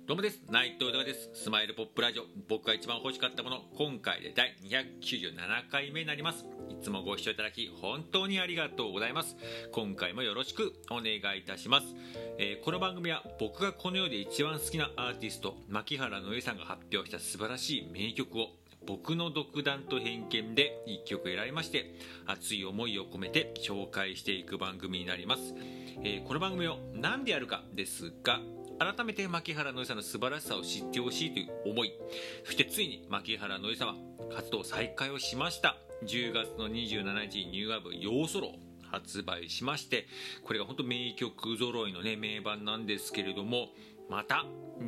どうもです。内藤隆です。スマイルポップラジオ、僕が一番欲しかったもの、今回で第297回目になります。いつもご視聴いただき本当にありがとうございます。今回もよろしくお願いいたします。この番組は僕がこの世で一番好きなアーティスト牧原のえさんが発表した素晴らしい名曲を僕の独断と偏見で1曲選びまして熱い思いを込めて紹介していく番組になります。この番組を何でやるかですが、改めて牧原のえさんの素晴らしさを知ってほしいという思い、そしてついに牧原のえさんは活動再開をしました。10月の27日にニューアルバム「ようソロ」を発売しまして、これが本当名曲揃いのね名盤なんですけれども、また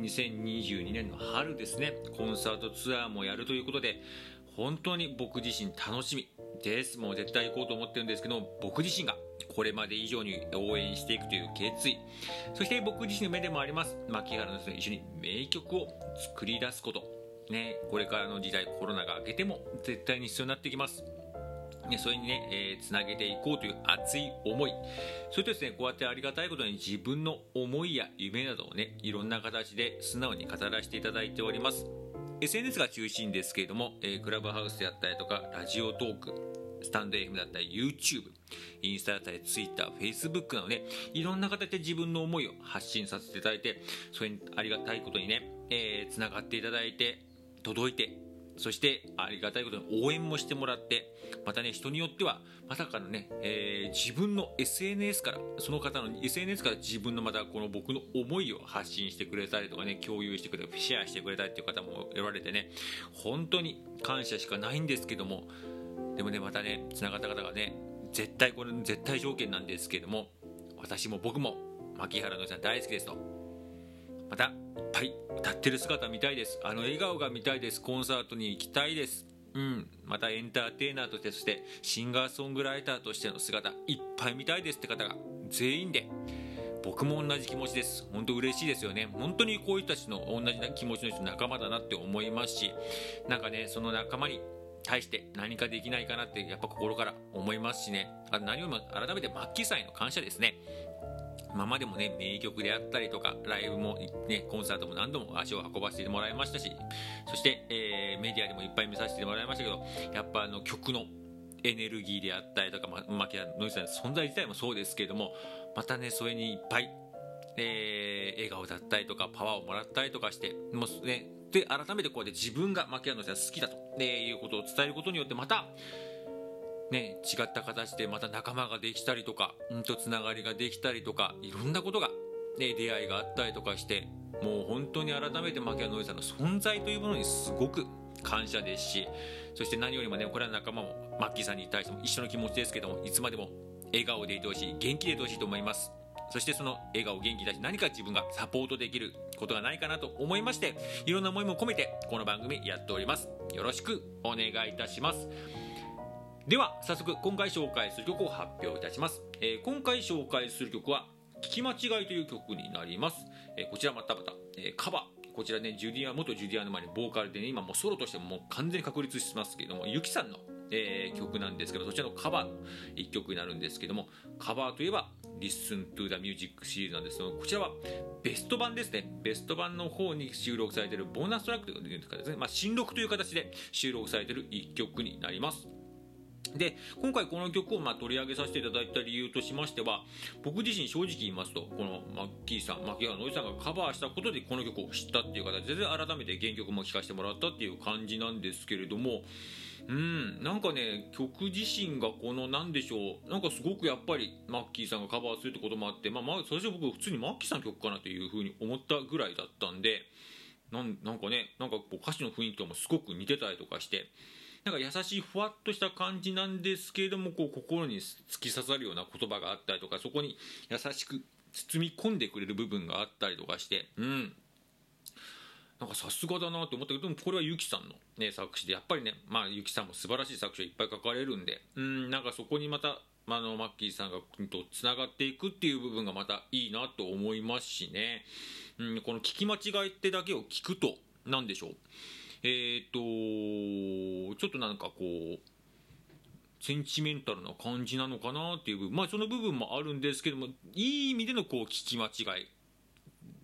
2022年の春ですね、コンサートツアーもやるということで、本当に僕自身楽しみです。もう絶対行こうと思ってるんですけど、僕自身がこれまで以上に応援していくという決意、そして僕自身の目でもあります牧原の人と一緒に名曲を作り出すことね、これからの時代、コロナが明けても絶対に必要になってきますね。それにね、つなげていこうという熱い思い、それとですね、こうやってありがたいことに自分の思いや夢などをね、いろんな形で素直に語らせていただいております。 SNS が中心ですけれども、クラブハウスであったりとかラジオトーク、スタンド FM だったり YouTube、 インスタだったり Twitter、Facebook などね、いろんな形で自分の思いを発信させていただいて、それにありがたいことにね、つながっていただいて届いて、そしてありがたいことに応援もしてもらって、またね、人によってはまさかのね、自分の SNS から、その方の SNS から自分のまたこの僕の思いを発信してくれたりとかね、共有してくれたりシェアしてくれたりっていう方もおられてね、本当に感謝しかないんですけども、でもね、またね、つながった方がね、これ絶対条件なんですけども、私も僕も牧原のえさん大好きですと、またいっぱい歌ってる姿見たいです、笑顔が見たいです、コンサートに行きたいです、またエンターテイナーとして、そしてシンガーソングライターとしての姿いっぱい見たいですって方が全員で、僕も同じ気持ちです。本当嬉しいですよね。本当にこういう人たちの同じ気持ちの人、仲間だなって思いますし、なんかね、その仲間に対して何かできないかなってやっぱ心から思いますしね。何よりも改めてマッキーさんへの感謝ですね。今までもね、名曲であったりとかライブもね、コンサートも何度も足を運ばせてもらいましたし、そして、メディアでもいっぱい見させてもらいましたけど、やっぱ曲のエネルギーであったりとか、牧原のえさんの存在自体もそうですけれども、またね、それにいっぱい、笑顔だったりとかパワーをもらったりとかして、もうね、で改めてこうやって自分が牧原のえさんが好きだと、いうことを伝えることによって、またね、違った形でまた仲間ができたりとか、つながりができたりとか、いろんなことが、ね、出会いがあったりとかして、もう本当に改めて牧原のえさんの存在というものにすごく感謝ですし、そして何よりもね、これは仲間もマッキーさんに対しても一緒の気持ちですけども、いつまでも笑顔でいてほしい、元気でいてほしいと思います。そしてその笑顔元気だし、何か自分がサポートできることがないかなと思いまして、いろんな思いも込めてこの番組やっております。よろしくお願いいたします。では早速今回紹介する曲を発表いたします。今回紹介する曲は聞き間違いという曲になります。こちらまたカバー、こちらね、元ジュディアの前にボーカルでね、今もうソロとしてももう完全に確立してますけども、ゆきさんの、曲なんですけど、そちらのカバーの一曲になるんですけども、カバーといえば Listen to the Music シリーズなんですけど、こちらはベスト版ですね。ベスト版の方に収録されているボーナストラックというんですかですね、新録という形で収録されている一曲になります。で、今回この曲を取り上げさせていただいた理由としましては、僕自身正直言いますと、この牧原のえさんがカバーしたことでこの曲を知ったっていう形で、改めて原曲も聴かせてもらったっていう感じなんですけれども、なんかね、曲自身がなんでしょう、なんかすごくやっぱりマッキーさんがカバーするってこともあって、最初僕普通にマッキーさんの曲かなというふうに思ったぐらいだったんで、なんかね、なんかこう歌詞の雰囲気ともすごく似てたりとかして、なんか優しいふわっとした感じなんですけれども、こう心に突き刺さるような言葉があったりとか、そこに優しく包み込んでくれる部分があったりとかして、なんかさすがだなと思ったけど、でもこれはゆきさんの、ね、作詞で、やっぱりね、ゆきさんも素晴らしい作詞をいっぱい書かれるんで、なんかそこにまたマッキーさんがとつながっていくっていう部分がまたいいなと思いますしね、この聞き間違いってだけを聞くと、なんでしょう、ちょっとなんかこうセンチメンタルな感じなのかなっていう部分、その部分もあるんですけども、いい意味でのこう聞き間違い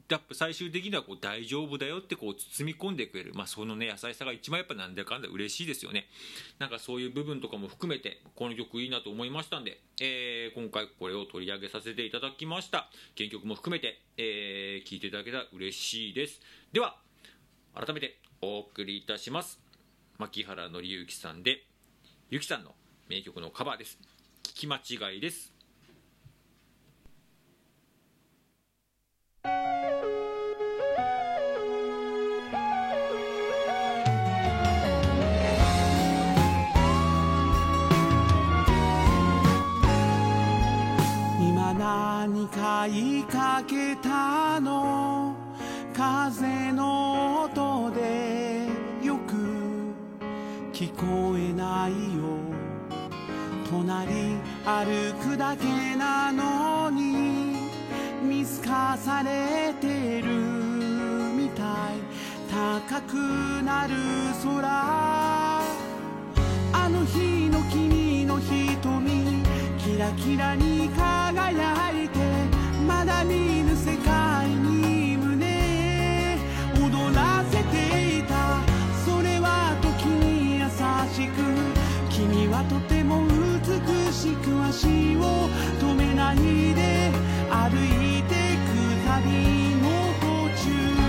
やっぱ最終的にはこう大丈夫だよってこう包み込んでくれる、そのね優しさが一番やっぱなんだかんだ嬉しいですよね。なんかそういう部分とかも含めてこの曲いいなと思いましたんで、今回これを取り上げさせていただきました。原曲も含めて、聴いていただけたら嬉しいです。では改めてお送りいたします。牧原紀之さんでゆきさんの名曲のカバーです。聞き間違いです。 今何か言いかけたの、風の音でよく聞こえないよ。隣歩くだけなのに見透かされてるみたい。高くなる空、あの日の君の瞳キラキラに輝いて、まだ見ぬ世界に胸躍らせていた。それは時に優しく、君はとても美しく足を止めないで歩いてく旅の途中、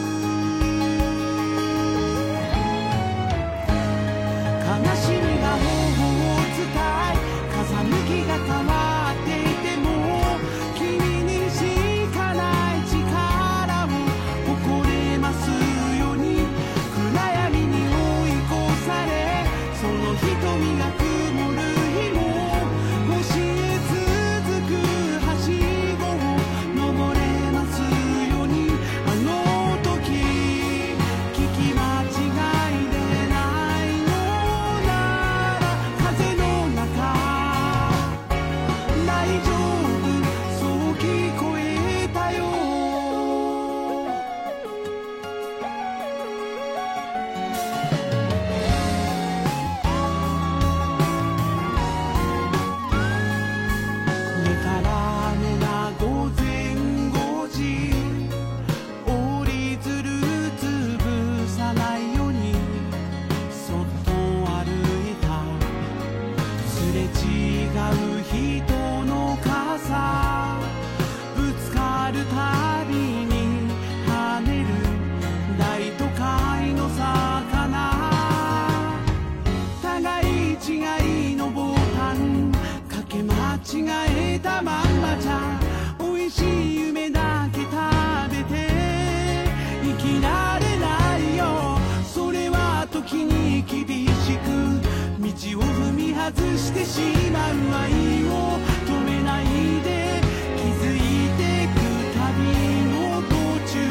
悲しみが頬を伝え風向きが変わっていても、君にしかない力を誇れますように。暗闇に追い越され、その瞳が曇る日も、星へ続くはしごを登れますように。あの時聞き間違いでないのなら、風の中大丈夫そう聞こえたよ。寝から寝な午前5時、折り鶴潰さないようにそっと歩いた。すれ違う人の傘、ぶつかるたびに跳ねる大都会の魚、互い違いのボタンかけ間違えたまんまじゃ、美味しい夢だけ食べて生きられないよ。それは時に厳しく道を踏み外してしまう愛を止めないで気づいてく旅の途中、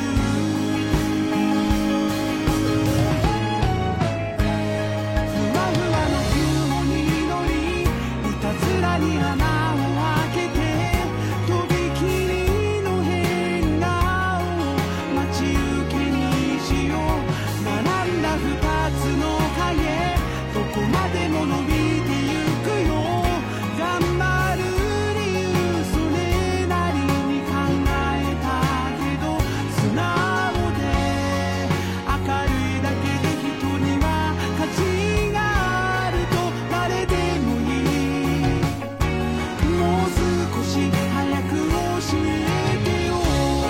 ふわふわの雲に乗り、いたずらに穴を開けて、とびきりの変顔を待ち受けにしよう。並んだ二つの影、どこまでも伸びてゆくよ。頑張る理由それなりに考えたけど、素直で明るいだけで人には価値があると誰でもいい。もう少し早く教えてよ。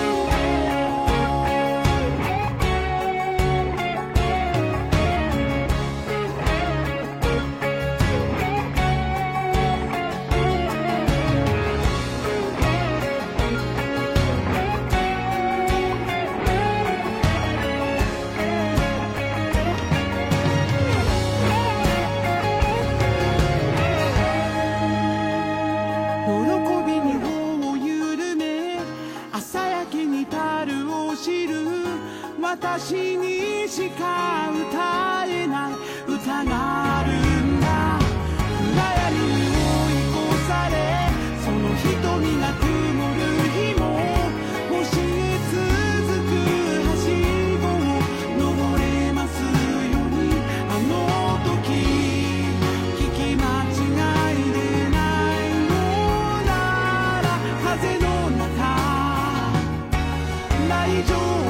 喜びに頬を緩め、朝焼けに樽を知る。私にしか歌えない歌があるんだ。暗闇に追い越され、その瞳が曇る日も、星へ続くはしごを登れますように。あの時聞き間違いでないのなら、風の中大以上